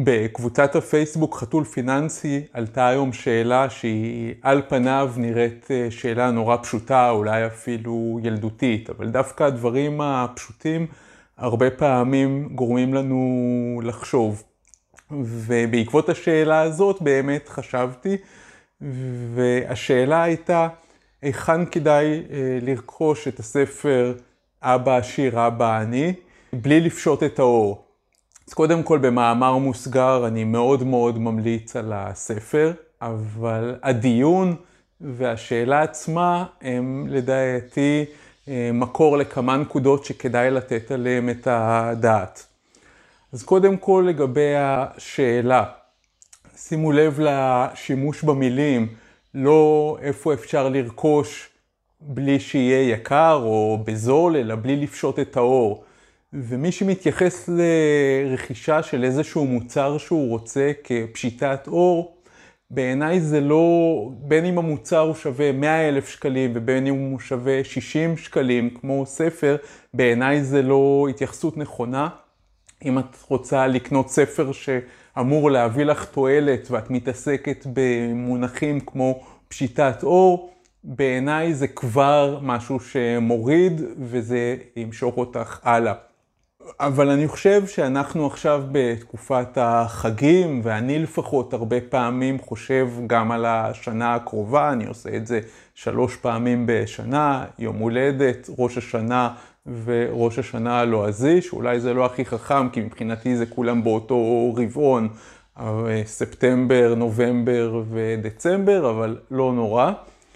בקבוצת הפייסבוק חתול פיננסי עלתה היום שאלה שהיא על פניו נראית שאלה נורא פשוטה, אולי אפילו ילדותית, אבל דווקא הדברים הפשוטים הרבה פעמים גורמים לנו לחשוב. ובעקבות השאלה הזאת באמת חשבתי, והשאלה הייתה היכן כדאי לרכוש את הספר אבא עשיר אבא עני בלי לפשוט את האור. אז קודם כל במאמר מוסגר אני מאוד מאוד ממליץ על הספר, אבל הדיון והשאלה עצמה הם לדעתי מקור לכמה נקודות שכדאי לתת עליהם את הדעת. אז קודם כל לגבי השאלה, שימו לב לשימוש במילים, לא איפה אפשר לרכוש בלי שיהיה יקר או בזול, אלא בלי לפשוט את האור. ומי שמתייחס לרכישה של איזשהו מוצר שהוא רוצה כפשיטת אור, בעיניי זה לא, בין אם המוצר הוא שווה 100,000 שקלים ובין אם הוא שווה 60 שקלים כמו ספר, בעיניי זה לא התייחסות נכונה. אם את רוצה לקנות ספר שאמור להביא לך תועלת ואת מתעסקת במונחים כמו פשיטת אור, בעיניי זה כבר משהו שמוריד וזה ימשוך אותך הלאה. אבל אני חושב שאנחנו עכשיו בתקופת החגים, ואני לפחות הרבה פעמים חושב גם על השנה הקרובה, אני עושה את זה 3 פעמים בשנה, יום הולדת, ראש השנה וראש השנה הלועזי, שאולי זה לא הכי חכם, כי מבחינתי זה כולם באותו רבעון, ספטמבר, נובמבר ודצמבר, אבל לא נורא.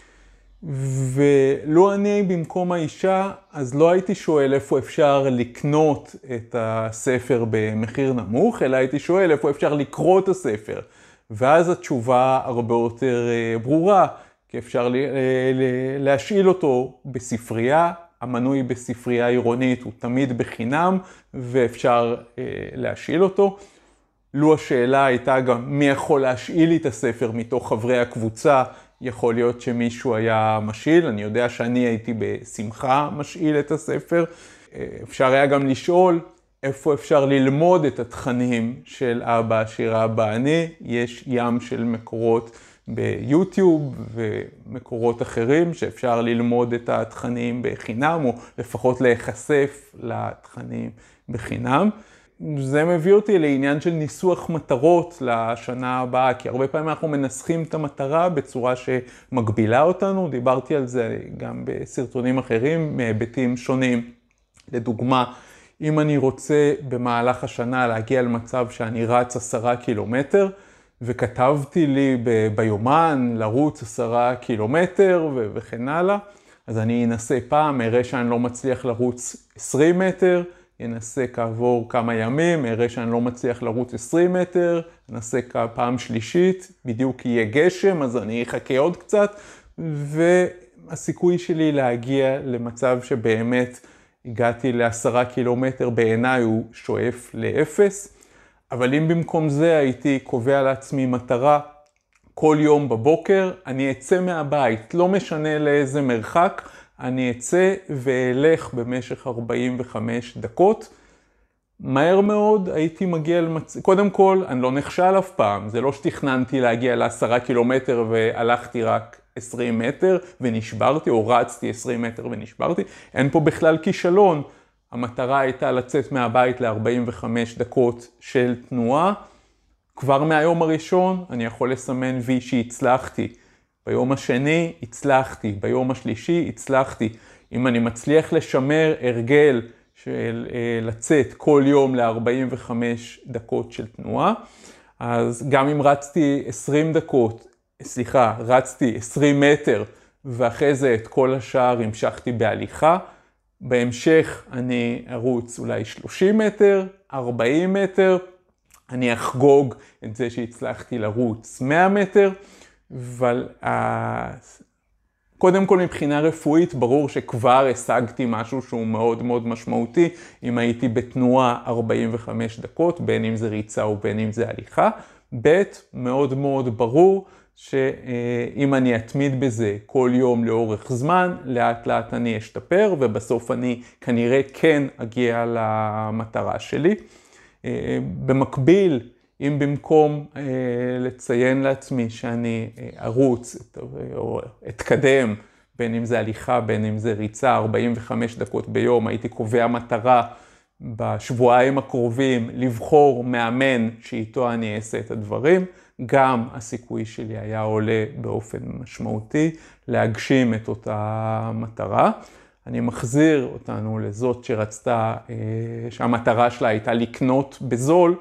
ולא אני במקום האישה, אז לא הייתי שואל איפה אפשר לקנות את הספר במחיר נמוך, אלא הייתי שואל איפה אפשר לקרוא את הספר. ואז התשובה הרבה יותר ברורה, כי אפשר להשאיל אותו בספרייה, המנוי בספרייה עירונית הוא תמיד בחינם, ואפשר להשאיל אותו. לו השאלה הייתה גם מי יכול להשאיל לי את הספר מתוך חברי הקבוצה, יכול להיות שמישהו היה משאיל, אני יודע שאני הייתי בשמחה משאיל את הספר. אפשר היה גם לשאול איפה אפשר ללמוד את התכנים של אבא עשיר אבא עני. יש ים של מקורות ביוטיוב ומקורות אחרים שאפשר ללמוד את התכנים בחינם, או לפחות להיחשף לתכנים בחינם. זה מביא אותי לעניין של ניסוח מטרות לשנה הבאה, כי הרבה פעמים אנחנו מנסחים את המטרה בצורה שמגבילה אותנו. דיברתי על זה גם בסרטונים אחרים מהיבטים שונים. לדוגמה, אם אני רוצה במהלך השנה להגיע למצב שאני רץ 10 קילומטר, וכתבתי לי ביומן לרוץ 10 קילומטר וכן הלאה, אז אני אנסה פעם, אראה שאני לא מצליח לרוץ 20 מטר, ינסה כעבור כמה ימים, אראה שאני לא מצליח לרוץ 20 מטר, אנסה פעם שלישית, בדיוק יהיה גשם, אז אני אחכה עוד קצת, והסיכוי שלי להגיע למצב שבאמת הגעתי ל10 קילומטר בעיניי הוא שואף לאפס. אבל אם במקום זה הייתי קובע לעצמי מטרה, כל יום בבוקר אני אצא מהבית, לא משנה לאיזה מרחק, אני אצא ואלך במשך 45 דקות. מהר מאוד הייתי מגיע קודם כל, אני לא נכשל אף פעם. זה לא שתכננתי להגיע ל10 קילומטר והלכתי רק 20 מטר ונשברתי, או רצתי 20 מטר ונשברתי. אין פה בכלל כישלון. המטרה הייתה לצאת מהבית ל45 דקות של תנועה. כבר מהיום הראשון אני יכול לסמן וי שהצלחתי. ביום השני הצלחתי, ביום השלישי הצלחתי. אם אני מצליח לשמר הרגל של לצאת כל יום ל45 דקות של תנועה, אז גם אם רצתי 20 מטר, ואחרי זה את כל השאר המשכתי בהליכה, בהמשך אני ארוץ אולי 30 מטר, 40 מטר, אני אחגוג את זה שהצלחתי לרוץ 100 מטר, אבל קודם כל מבחינה רפואית ברור שכבר השגתי משהו שהוא מאוד מאוד משמעותי, אם הייתי בתנועה 45 דקות, בין אם זה ריצה או בין אם זה הליכה. ב' מאוד מאוד ברור שאם אני אתמיד בזה כל יום לאורך זמן, לאט לאט אני אשתפר, ובסוף אני כנראה כן אגיע למטרה שלי. במקביל, אם במקום לציין לעצמי שאני ארוץ או אתקדם, בין אם זה הליכה, בין אם זה ריצה, 45 דקות ביום, הייתי קובע מטרה בשבועיים הקרובים לבחור מאמן שאיתו אני אעשה את הדברים, גם הסיכוי שלי היה עולה באופן משמעותי להגשים את אותה מטרה. אני מחזיר אותנו לזאת שרצתה, שהמטרה שלה הייתה לקנות בזול,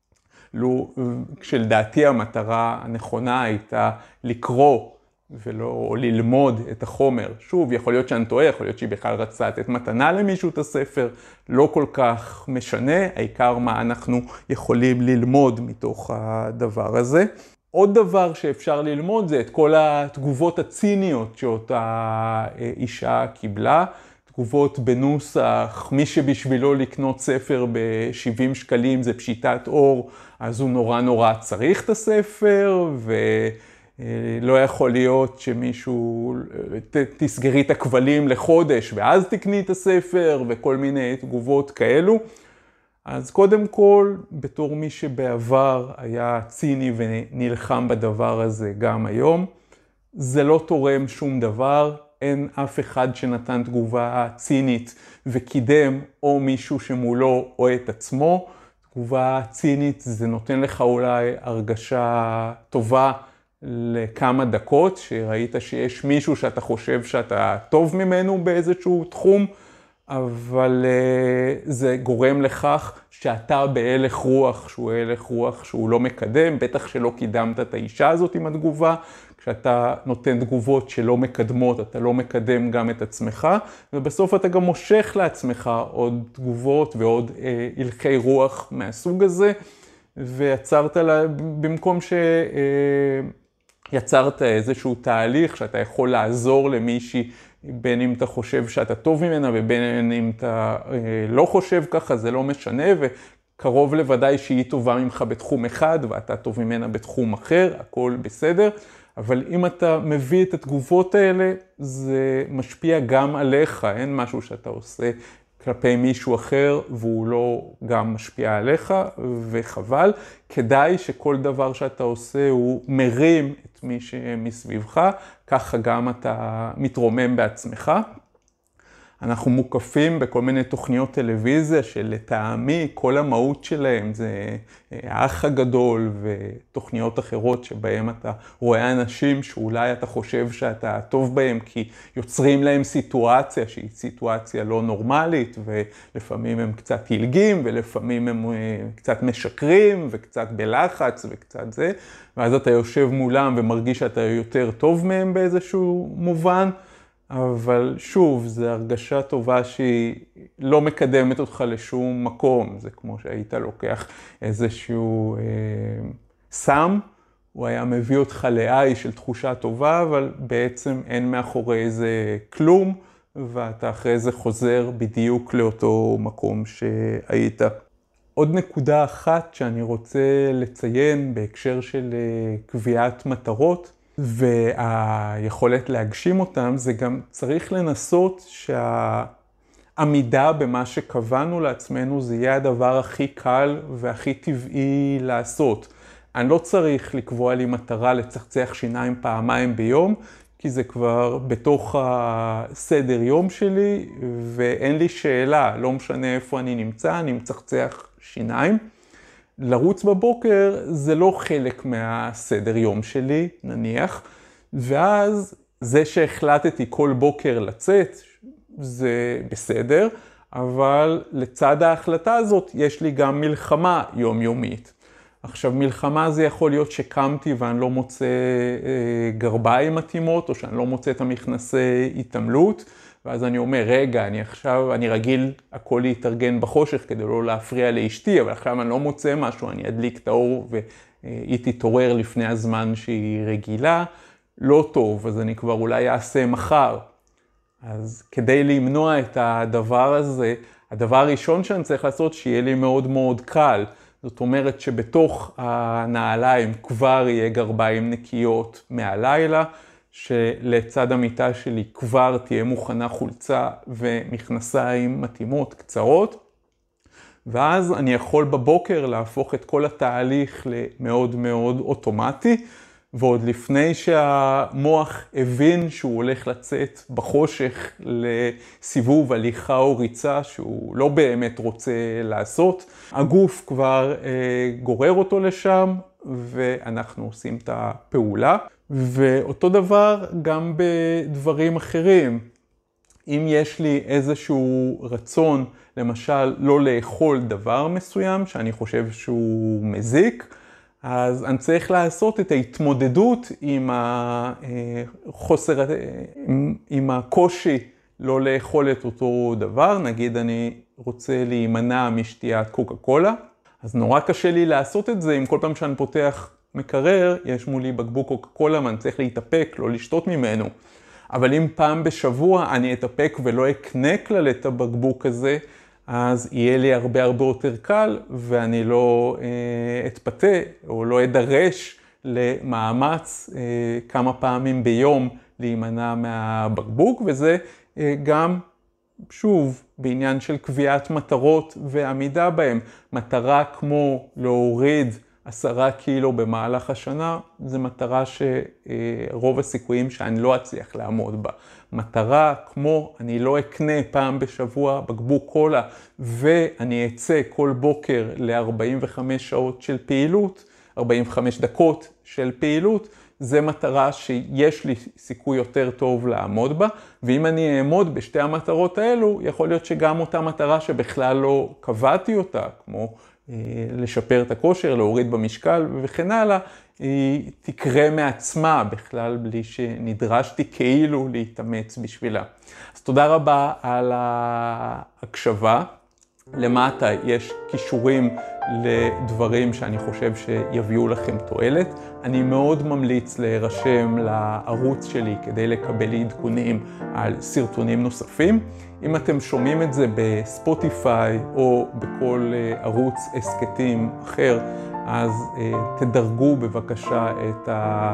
כשלדעתי המטרה הנכונה הייתה לקרוא ולא ללמוד את החומר. שוב, יכול להיות שאני טועה, יכול להיות שהיא בכלל רצתה לתת מתנה למישהו את הספר, לא כל כך משנה, העיקר מה אנחנו יכולים ללמוד מתוך הדבר הזה. עוד דבר שאפשר ללמוד זה את כל התגובות הציניות שאותה אישה קיבלה, תגובות בנוסח, מי שבשבילו לקנות ספר ב-70 שקלים זה פשיטת אור, אז הוא נורא צריך את הספר, ולא יכול להיות שמישהו תסגרי את הכבלים לחודש ואז תקני את הספר, וכל מיני תגובות כאלו. אז קודם כל, בתור מי שבעבר היה ציני ונלחם בדבר הזה גם היום, זה לא תורם שום דבר, אין אף אחד שנתן תגובה צינית וקידם או מישהו שמולו או את עצמו. תגובה צינית זה נותן לך אולי הרגשה טובה לכמה דקות, שראית שיש מישהו שאתה חושב שאתה טוב ממנו באיזשהו תחום, אבל זה גורם לכך שאתה בהלך רוח, שהוא הלך רוח שהוא לא מקדם, בטח שלא קידמת את האישה הזאת עם התגובה. כשאתה נותן תגובות שלא מקדמות, אתה לא מקדם גם את עצמך, ובסוף אתה גם מושך לעצמך עוד תגובות ועוד הלכי רוח מהסוג הזה, ויצרת במקום שיצרת איזשהו תהליך שאתה יכול לעזור למישהי, בין אם אתה חושב שאתה טוב ממנה ובין אם אתה לא חושב ככה, זה לא משנה, וקרוב לוודאי שהיא טובה ממך בתחום אחד ואתה טוב ממנה בתחום אחר, הכל בסדר. אבל אם אתה מביא את התגובות האלה, זה משפיע גם עליך, אין משהו שאתה עושה כלפי מישהו אחר והוא לא גם משפיע עליך, וחבל. כדאי שכל דבר שאתה עושה הוא מרים את מי שמסביבך, ככה גם אתה מתרומם בעצמך. אנחנו מוקפים בכל מיני תוכניות טלוויזיה שלטעמי כל המהות שלהם זה האח הגדול ותוכניות אחרות שבהם אתה רואה אנשים שאולי אתה חושב שאתה טוב בהם כי יוצרים להם סיטואציה שהיא סיטואציה לא נורמלית, ולפעמים הם קצת הלגים ולפעמים הם קצת משקרים וקצת בלחץ וקצת זה, ואז אתה יושב מולם ומרגיש שאתה יותר טוב מהם באיזשהו מובן. אבל שוב, זו הרגשה טובה שהיא לא מקדמת אותך לשום מקום. זה כמו שהיית לוקח איזשהו סם, הוא היה מביא אותך לאי של תחושה טובה, אבל בעצם אין מאחורי זה כלום, ואתה אחרי זה חוזר בדיוק לאותו מקום שהיית. עוד נקודה אחת שאני רוצה לציין בהקשר של קביעת מטרות, והיכולת להגשים אותם, זה גם צריך לנסות שהעמידה במה שקבענו לעצמנו זה יהיה הדבר הכי קל והכי טבעי לעשות. אני לא צריך לקבוע לי מטרה לצחצח שיניים פעמיים ביום, כי זה כבר בתוך הסדר יום שלי, ואין לי שאלה, לא משנה איפה אני נמצא, אני מצחצח שיניים. לרוץ בבוקר זה לא חלק מהסדר יום שלי, נניח, ואז זה שהחלטתי כל בוקר לצאת, זה בסדר, אבל לצד ההחלטה הזאת יש לי גם מלחמה יומיומית. עכשיו, מלחמה זה יכול להיות שקמתי ואני לא מוצא גרביים מתאימות, או שאני לא מוצא את המכנסי התעמלות, ואז אני אומר, רגע, אני רגיל הכל להתארגן בחושך כדי לא להפריע לאשתי, אבל עכשיו אני לא מוצא משהו, אני אדליק את האור והיא תתעורר לפני הזמן שהיא רגילה, לא טוב, אז אני כבר אולי אעשה מחר. אז כדי למנוע את הדבר הזה, הדבר הראשון שאני צריך לעשות שיהיה לי מאוד מאוד קל. זאת אומרת שבתוך הנעליים כבר יהיה גרביים נקיות מהלילה, שלצד המיטה שלי כבר תהיה מוכנה חולצה ומכנסיים מתאימות, קצרות. ואז אני יכול בבוקר להפוך את כל התהליך למאוד מאוד אוטומטי, ועוד לפני שהמוח הבין שהוא הולך לצאת בחושך לסיבוב הליכה או ריצה שהוא לא באמת רוצה לעשות, הגוף כבר גורר אותו לשם ואנחנו עושים את הפעולה. ואותו דבר גם בדברים אחרים. אם יש לי איזשהו רצון, למשל, לא לאכול דבר מסוים שאני חושב שהוא מזיק, אז אני צריך לעשות את ההתמודדות עם הקושי לא לאכול את אותו דבר. נגיד אני רוצה להימנע משתיית קוקה קולה, אז נורא קשה לי לעשות את זה אם כל פעם שאני פותח מקרר, יש מולי בקבוק קוקה קולה ואני צריך להתאפק, לא לשתות ממנו. אבל אם פעם בשבוע אני אתאפק ולא אקנה כלל את הבקבוק הזה, אז יהיה לי הרבה יותר קל ואני לא אתפתה או לא אדרש למאמץ כמה פעמים ביום להימנע מהבקבוק. וזה גם שוב בעניין של קביעת מטרות ועמידה בהם. מטרה כמו להוריד 10 קילו במהלך השנה, זו מטרה שרוב הסיכויים שאני לא אצליח לעמוד בה. מטרה כמו אני לא אקנה פעם בשבוע בקבוק קולה ואני אצא כל בוקר ל-45 שעות של פעילות, 45 דקות של פעילות, זה מטרה שיש לי סיכוי יותר טוב לעמוד בה. ואם אני אעמוד בשתי המטרות האלו, יכול להיות שגם אותה מטרה שבכלל לא קבעתי אותה, כמו לשפר את הכושר, להוריד במשקל וכן הלאה, היא תקרה מעצמה בכלל בלי שנדרשתי כאילו להתאמץ בשבילה. אז תודה רבה על ההקשבה. למטה יש קישורים לדברים שאני חושב שיביאו לכם תועלת. אני מאוד ממליץ להירשם לערוץ שלי כדי לקבל עדכונים על סרטונים נוספים. אם אתם שומעים את זה בספוטיפיי או בכל ערוץ הסקטים אחר, אז תדרגו בבקשה את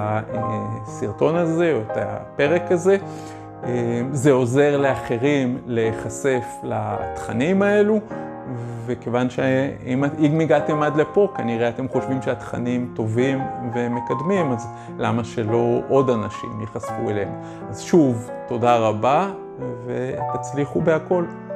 הסרטון הזה או את הפרק הזה. זה עוזר לאחרים להיחשף לתכנים האלו, וכיוון שאם הגעתם עד לפה, כנראה אתם חושבים שהתכנים טובים ומקדמים, אז למה שלא עוד אנשים ייחשפו אליהם? אז שוב, תודה רבה ותצליחו בהכל.